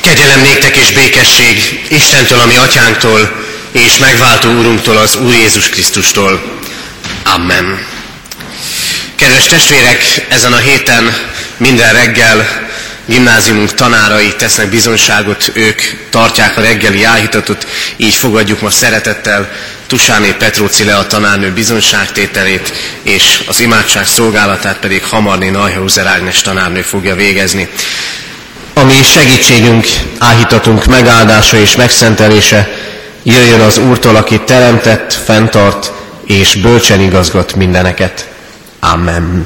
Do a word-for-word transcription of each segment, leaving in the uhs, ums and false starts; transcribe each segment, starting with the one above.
Kegyelem néktek és békesség Istentől, a mi atyánktól, és megváltó Urunktól, az Úr Jézus Krisztustól. Amen. Kedves testvérek, ezen a héten minden reggel gimnáziumunk tanárai tesznek bizonyságot, ők tartják a reggeli áhítatot, így fogadjuk ma szeretettel Tusáné Petróci Lea tanárnő bizonyságtételét, és az imádság szolgálatát pedig Hamarné Neuhauser Ágnes tanárnő fogja végezni. Ami segítségünk, áhítatunk megáldása és megszentelése jöjjön az Úrtól, aki teremtett, fenntart és bölcsen igazgat mindeneket. Amen.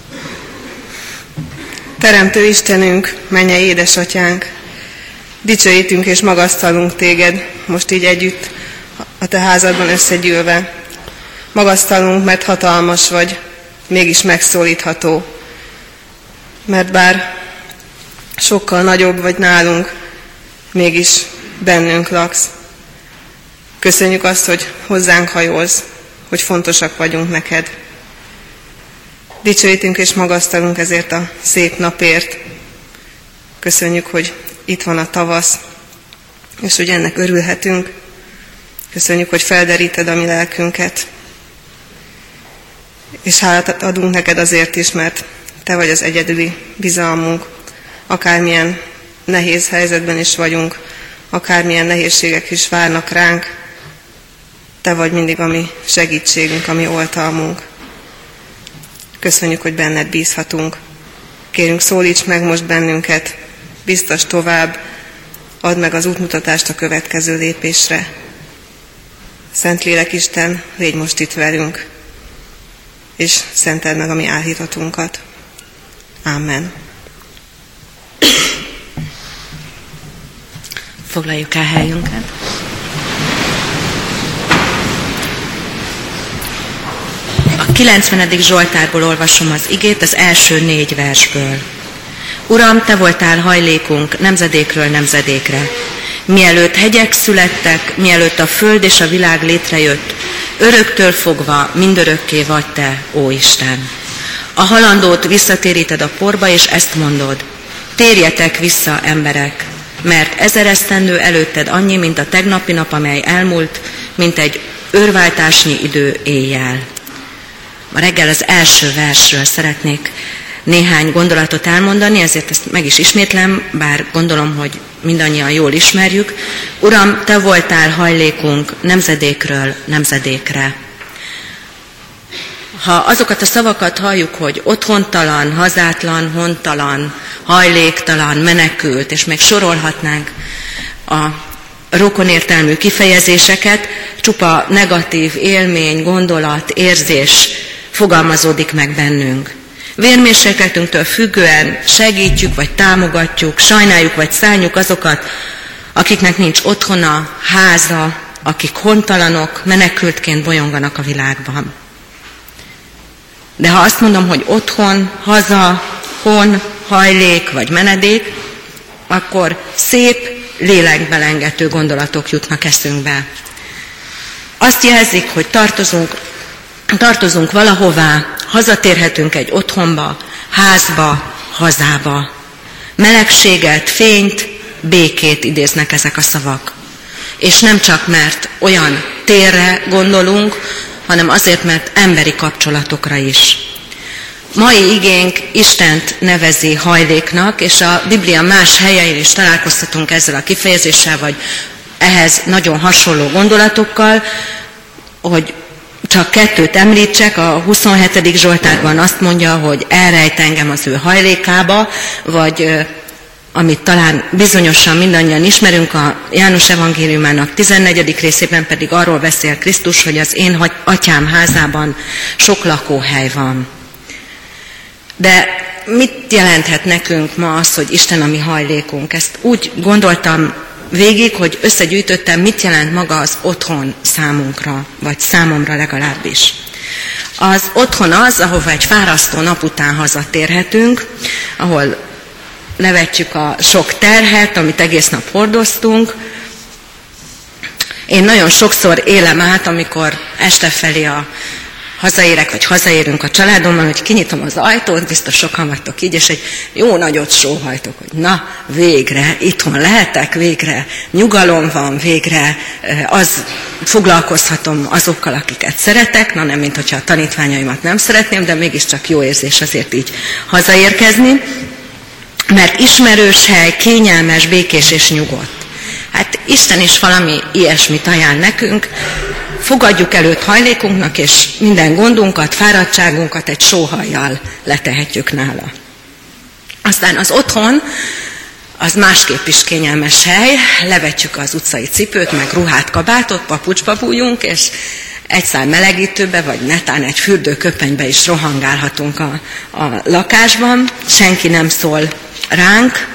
Teremtő Istenünk, mennyei édesatyánk, dicsőítünk és magasztalunk téged, most így együtt a te házadban összegyűlve. Magasztalunk, mert hatalmas vagy, mégis megszólítható. Mert bár sokkal nagyobb vagy nálunk, mégis bennünk laksz. Köszönjük azt, hogy hozzánk hajolsz, hogy fontosak vagyunk neked. Dicsőítünk és magasztalunk ezért a szép napért. Köszönjük, hogy itt van a tavasz, és hogy ennek örülhetünk. Köszönjük, hogy felderíted a mi lelkünket. És hálát adunk neked azért is, mert te vagy az egyedüli bizalmunk. Akármilyen nehéz helyzetben is vagyunk, akármilyen nehézségek is várnak ránk, te vagy mindig a mi segítségünk, a mi oltalmunk. Köszönjük, hogy benned bízhatunk. Kérünk, szólíts meg most bennünket, biztos tovább, add meg az útmutatást a következő lépésre. Szentlélek Isten, légy most itt velünk, és szenteld meg a mi áhítatunkat. Amen. Foglaljuk el helyünket. A kilencvenedik Zsoltárból olvasom az igét, az első négy versből. Uram, te voltál hajlékunk nemzedékről nemzedékre. Mielőtt hegyek születtek, mielőtt a föld és a világ létrejött, öröktől fogva mindörökké vagy te, ó Isten. A halandót visszatéríted a porba, és ezt mondod: térjetek vissza, emberek, mert ezer esztendő előtted annyi, mint a tegnapi nap, amely elmúlt, mint egy őrváltásnyi idő éjjel. Ma reggel az első versről szeretnék néhány gondolatot elmondani, ezért ezt meg is ismétlem, bár gondolom, hogy mindannyian jól ismerjük. Uram, te voltál hajlékunk nemzedékről nemzedékre. Ha azokat a szavakat halljuk, hogy otthontalan, hazátlan, hontalan, hajléktalan, menekült, és még sorolhatnánk a rokonértelmű kifejezéseket, csupa negatív élmény, gondolat, érzés fogalmazódik meg bennünk. Vérmérsékletünktől függően segítjük vagy támogatjuk, sajnáljuk vagy szánjuk azokat, akiknek nincs otthona, háza, akik hontalanok, menekültként bolyonganak a világban. De ha azt mondom, hogy otthon, haza, hon, hajlék vagy menedék, akkor szép, lélekbelengető gondolatok jutnak eszünkbe. Azt jelzik, hogy tartozunk, tartozunk valahová, hazatérhetünk egy otthonba, házba, hazába. Melegséget, fényt, békét idéznek ezek a szavak. És nem csak mert olyan térre gondolunk, hanem azért, mert emberi kapcsolatokra is. Mai igénk Istent nevezi hajléknak, és a Biblia más helyein is találkoztatunk ezzel a kifejezéssel, vagy ehhez nagyon hasonló gondolatokkal, hogy csak kettőt említsek. A huszonhetedik Zsoltárban azt mondja, hogy elrejt engem az ő hajlékába, vagy amit talán bizonyosan mindannyian ismerünk, a János evangéliumának tizennegyedik részében pedig arról beszél Krisztus, hogy az én atyám házában sok lakóhely van. De mit jelenthet nekünk ma az, hogy Isten a mi hajlékunk? Ezt úgy gondoltam végig, hogy összegyűjtöttem, mit jelent maga az otthon számunkra, vagy számomra legalábbis. Az otthon az, ahova egy fárasztó nap után hazatérhetünk, ahol levetjük a sok terhet, amit egész nap hordoztunk. Én nagyon sokszor élem át, amikor este felé a hazaérek, vagy hazaérünk a családommal, hogy kinyitom az ajtót, biztos sokan vagytok így, és egy jó nagyot sóhajtok, hogy na, végre, itthon lehetek, végre nyugalom van, végre az foglalkozhatom azokkal, akiket szeretek, na nem, mint hogyha a tanítványaimat nem szeretném, de mégiscsak jó érzés azért így hazaérkezni, mert ismerős hely, kényelmes, békés és nyugodt. Hát Isten is valami ilyesmit ajánl nekünk, fogadjuk előtt hajlékunknak, és minden gondunkat, fáradtságunkat egy sóhajjal letehetjük nála. Aztán az otthon, az másképp is kényelmes hely, levetjük az utcai cipőt, meg ruhát, kabátot, papucsba bújjunk, és egy szál melegítőbe, vagy netán egy fürdőköpenybe is rohangálhatunk a, a lakásban, senki nem szól ránk,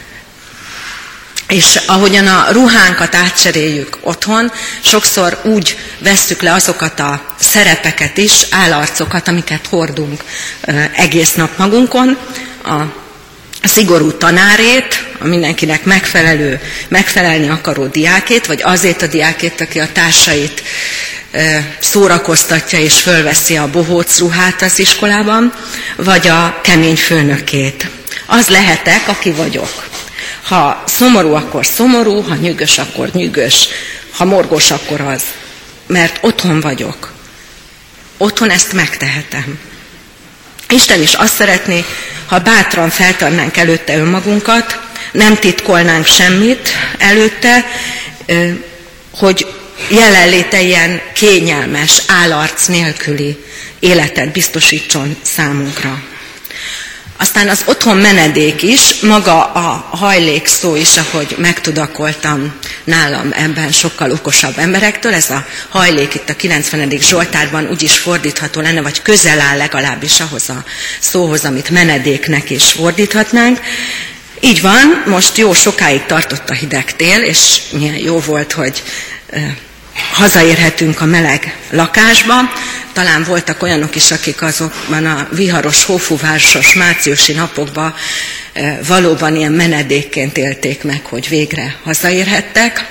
és ahogyan a ruhánkat átcseréljük otthon, sokszor úgy vesszük le azokat a szerepeket is, állarcokat, amiket hordunk egész nap magunkon, a szigorú tanárét, a mindenkinek megfelelő, megfelelni akaró diákét, vagy azért a diákét, aki a társait szórakoztatja és fölveszi a bohóc ruhát az iskolában, vagy a kemény főnökét. Az lehetek, aki vagyok. Ha szomorú, akkor szomorú, ha nyűgös, akkor nyűgös, ha morgos, akkor az. Mert otthon vagyok. Otthon ezt megtehetem. Isten is azt szeretné, ha bátran feltarnánk előtte önmagunkat, nem titkolnánk semmit előtte, hogy jelenléte ilyen kényelmes, állarc nélküli életet biztosítson számunkra. Aztán az otthon menedék is, maga a hajlék szó is, ahogy megtudakoltam nálam ebben sokkal okosabb emberektől, ez a hajlék itt a kilencvenedik Zsoltárban úgy is fordítható lenne, vagy közel áll legalábbis ahhoz a szóhoz, amit menedéknek is fordíthatnánk. Így van, most jó sokáig tartott a hideg tél, és milyen jó volt, hogy hazaérhetünk a meleg lakásba. Talán voltak olyanok is, akik azokban a viharos, hófúvárosos márciusi napokban valóban ilyen menedékként élték meg, hogy végre hazaérhettek.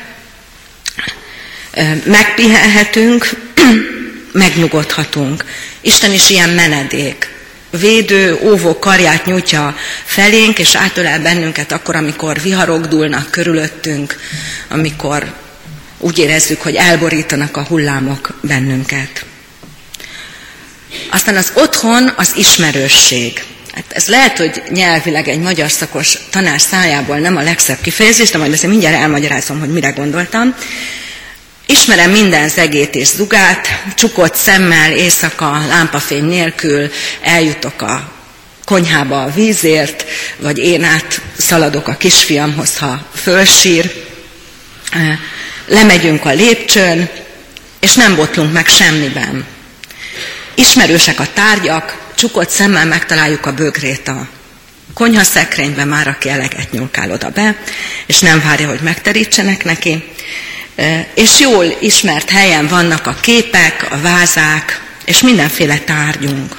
Megpihenhetünk, megnyugodhatunk. Isten is ilyen menedék. Védő, óvó karját nyújtja felénk, és átölel bennünket akkor, amikor viharok dúlnak körülöttünk, amikor úgy érezzük, hogy elborítanak a hullámok bennünket. Aztán az otthon az ismerősség. Hát ez lehet, hogy nyelvileg egy magyar szakos tanár szájából nem a legszebb kifejezés, de majd ezt mindjárt elmagyarázom, hogy mire gondoltam. Ismerem minden zegét és zugát, csukott szemmel, éjszaka, lámpafény nélkül eljutok a konyhába a vízért, vagy én át szaladok a kisfiamhoz, ha fölsír. Lemegyünk a lépcsőn, és nem botlunk meg semmiben. Ismerősek a tárgyak, csukott szemmel megtaláljuk a bögrét a konyhaszekrényben, már aki eleget nyúlkál oda be, és nem várja, hogy megterítsenek neki. És jól ismert helyen vannak a képek, a vázák, és mindenféle tárgyunk.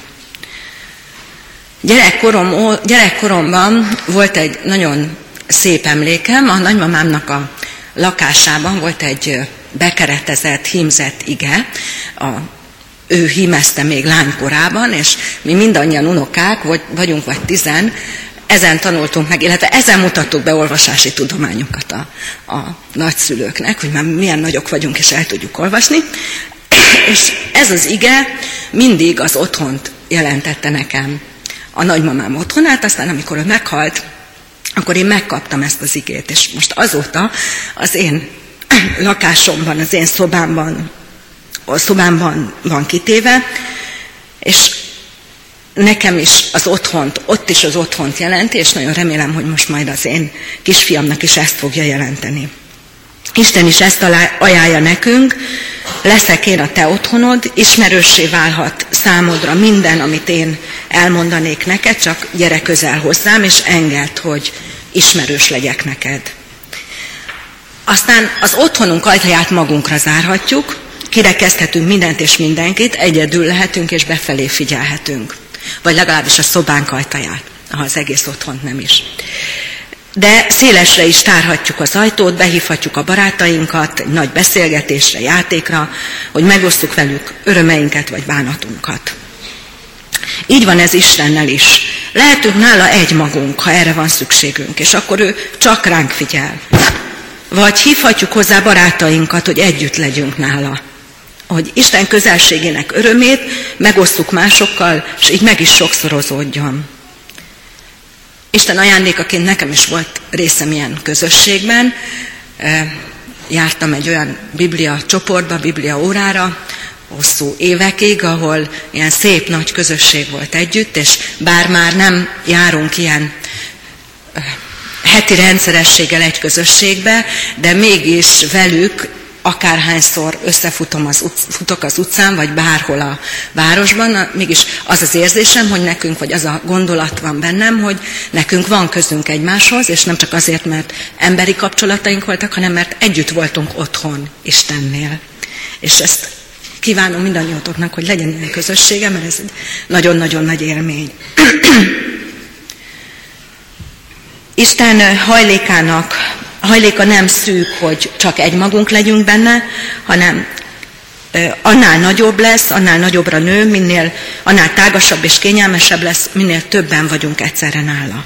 Gyerekkorom, gyerekkoromban volt egy nagyon szép emlékem, a nagymamámnak a lakásában volt egy bekeretezett, hímzett ige, a, ő hímezte még lánykorában, és mi mindannyian unokák vagy, vagyunk, vagy tizen, ezen tanultunk meg, illetve ezen mutattuk be olvasási tudományokat a, a nagyszülőknek, hogy már milyen nagyok vagyunk, és el tudjuk olvasni. És ez az ige mindig az otthont jelentette nekem, a nagymamám otthonát, aztán amikor ő meghalt, akkor én megkaptam ezt az igét, és most azóta az én lakásomban, az én szobámban, a szobámban van kitéve, és nekem is az otthont, ott is az otthont jelenti, és nagyon remélem, hogy most majd az én kisfiamnak is ezt fogja jelenteni. Isten is ezt ajánlja nekünk, leszek én a te otthonod, ismerőssé válhat számodra minden, amit én elmondanék neked, csak gyere közel hozzám, és engedd, hogy ismerős legyek neked. Aztán az otthonunk ajtaját magunkra zárhatjuk, kirekeszthetünk mindent és mindenkit, egyedül lehetünk és befelé figyelhetünk. Vagy legalábbis a szobánk ajtaját, ha az egész otthont nem is. De szélesre is tárhatjuk az ajtót, behívhatjuk a barátainkat egy nagy beszélgetésre, játékra, hogy megosztjuk velük örömeinket vagy bánatunkat. Így van ez Istennel is. Lehetünk nála egymagunk, ha erre van szükségünk, és akkor ő csak ránk figyel. Vagy hívhatjuk hozzá barátainkat, hogy együtt legyünk nála. Hogy Isten közelségének örömét megosztjuk másokkal, és így meg is sokszorozódjon. Isten ajándékaként nekem is volt részem ilyen közösségben. Jártam egy olyan biblia csoportba, biblia órára, hosszú évekig, ahol ilyen szép nagy közösség volt együtt, és bár már nem járunk ilyen heti rendszerességgel egy közösségbe, de mégis velük akárhányszor összefutom az utc, futok az utcán, vagy bárhol a városban, mégis az az érzésem, hogy nekünk, vagy az a gondolat van bennem, hogy nekünk van közünk egymáshoz, és nem csak azért, mert emberi kapcsolataink voltak, hanem mert együtt voltunk otthon Istennél. És ezt kívánom mindannyiótoknak, hogy legyen ilyen közössége, mert ez egy nagyon-nagyon nagy élmény. Isten hajlékának hajléka nem szűk, hogy csak egymagunk legyünk benne, hanem annál nagyobb lesz, annál nagyobbra nő, minél, annál tágasabb és kényelmesebb lesz, minél többen vagyunk egyszerre nála.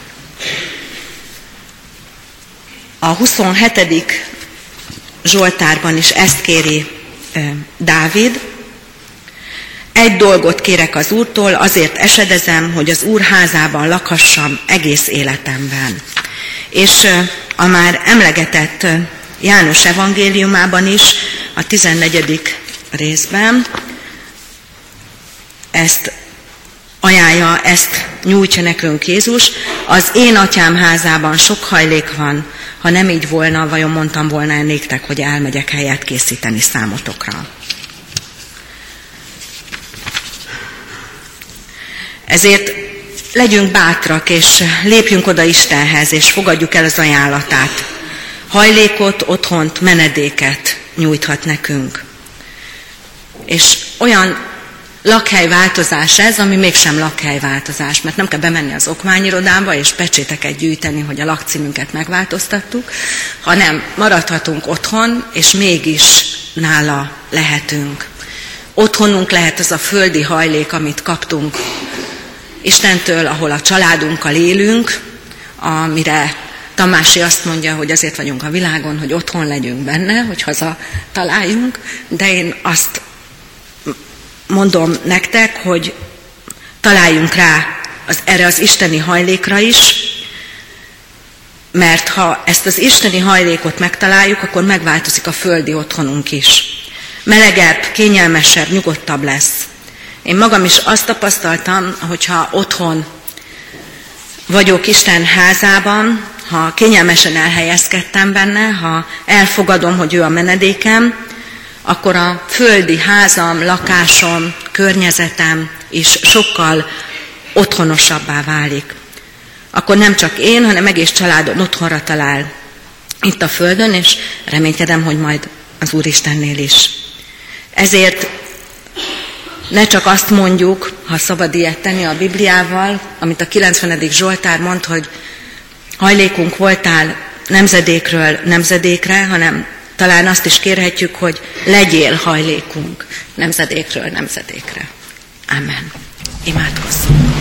A huszonhetedik Zsoltárban is ezt kéri Dávid. Egy dolgot kérek az Úrtól, azért esedezem, hogy az Úr házában lakhassam egész életemben. És a már emlegetett János evangéliumában is, a tizennegyedik részben ezt ajánlja, ezt nyújtja nekünk Jézus. Az én atyám házában sok hajlék van, ha nem így volna, vajon mondtam volna néktek, hogy elmegyek helyet készíteni számotokra. Ezért legyünk bátrak, és lépjünk oda Istenhez, és fogadjuk el az ajánlatát. Hajlékot, otthont, menedéket nyújthat nekünk. És olyan lakhelyváltozás ez, ami mégsem lakhelyváltozás, mert nem kell bemenni az okmányirodába, és pecséteket gyűjteni, hogy a lakcímünket megváltoztattuk, hanem maradhatunk otthon, és mégis nála lehetünk. Otthonunk lehet az a földi hajlék, amit kaptunk Istentől, ahol a családunkkal élünk, amire Tamási azt mondja, hogy azért vagyunk a világon, hogy otthon legyünk benne, hogy haza találjunk, de én azt mondom nektek, hogy találjunk rá az, erre az isteni hajlékra is, mert ha ezt az isteni hajlékot megtaláljuk, akkor megváltozik a földi otthonunk is. Melegebb, kényelmesebb, nyugodtabb lesz. Én magam is azt tapasztaltam, hogyha otthon vagyok Isten házában, ha kényelmesen elhelyezkedtem benne, ha elfogadom, hogy ő a menedékem, akkor a földi házam, lakásom, környezetem is sokkal otthonosabbá válik. Akkor nem csak én, hanem egész családom otthonra talál itt a földön, és reménykedem, hogy majd az Úristennél is. Ezért ne csak azt mondjuk, ha szabad ilyet tenni a Bibliával, amit a kilencvenedik Zsoltár mond, hogy hajlékunk voltál nemzedékről nemzedékre, hanem talán azt is kérhetjük, hogy legyél hajlékunk nemzedékről nemzedékre. Amen. Imádkozzunk.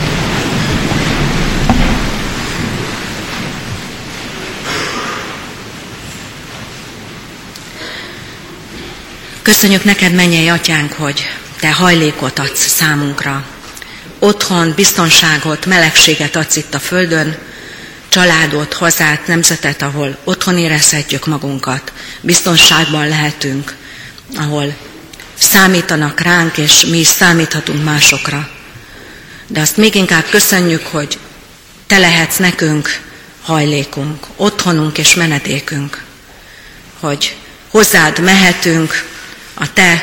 Köszönjük neked, mennyei atyánk, hogy te hajlékot adsz számunkra. Otthon, biztonságot, melegséget adsz itt a földön, családot, hazát, nemzetet, ahol otthon érezhetjük magunkat, biztonságban lehetünk, ahol számítanak ránk, és mi is számíthatunk másokra. De azt még inkább köszönjük, hogy te lehetsz nekünk hajlékunk, otthonunk és menedékünk, hogy hozzád mehetünk, a te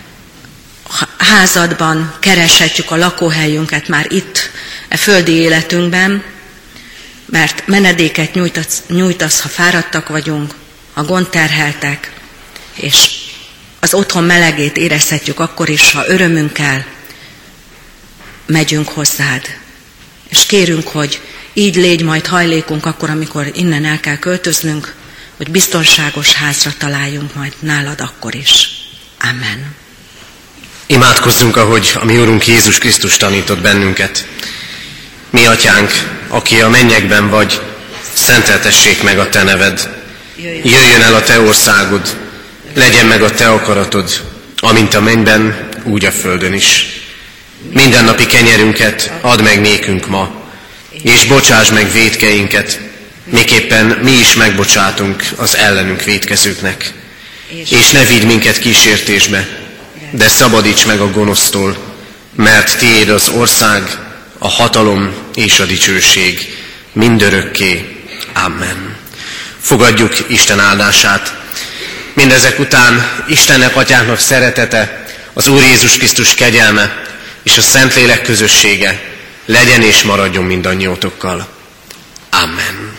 házadban kereshetjük a lakóhelyünket már itt, e földi életünkben, mert menedéket nyújtasz, nyújtasz, ha fáradtak vagyunk, ha gondterheltek, és az otthon melegét érezhetjük akkor is, ha örömünkkel megyünk hozzád. És kérünk, hogy így légy majd hajlékunk akkor, amikor innen el kell költöznünk, hogy biztonságos házra találjunk majd nálad akkor is. Amen. Imádkozzunk, ahogy a mi Urunk Jézus Krisztus tanított bennünket. Mi Atyánk, aki a mennyekben vagy, szenteltessék meg a Te neved. Jöjjön el a Te országod, legyen meg a Te akaratod, amint a mennyben, úgy a földön is. Mindennapi kenyerünket add meg nékünk ma, és bocsáss meg vétkeinket, miképpen mi is megbocsátunk az ellenünk vétkezőknek. És ne vidd minket kísértésbe, de szabadíts meg a gonosztól, mert Tiéd az ország, a hatalom és a dicsőség mindörökké. Amen. Fogadjuk Isten áldását. Mindezek után Istennek Atyánknak szeretete, az Úr Jézus Krisztus kegyelme és a Szentlélek közössége legyen és maradjon mindannyiótokkal. Amen.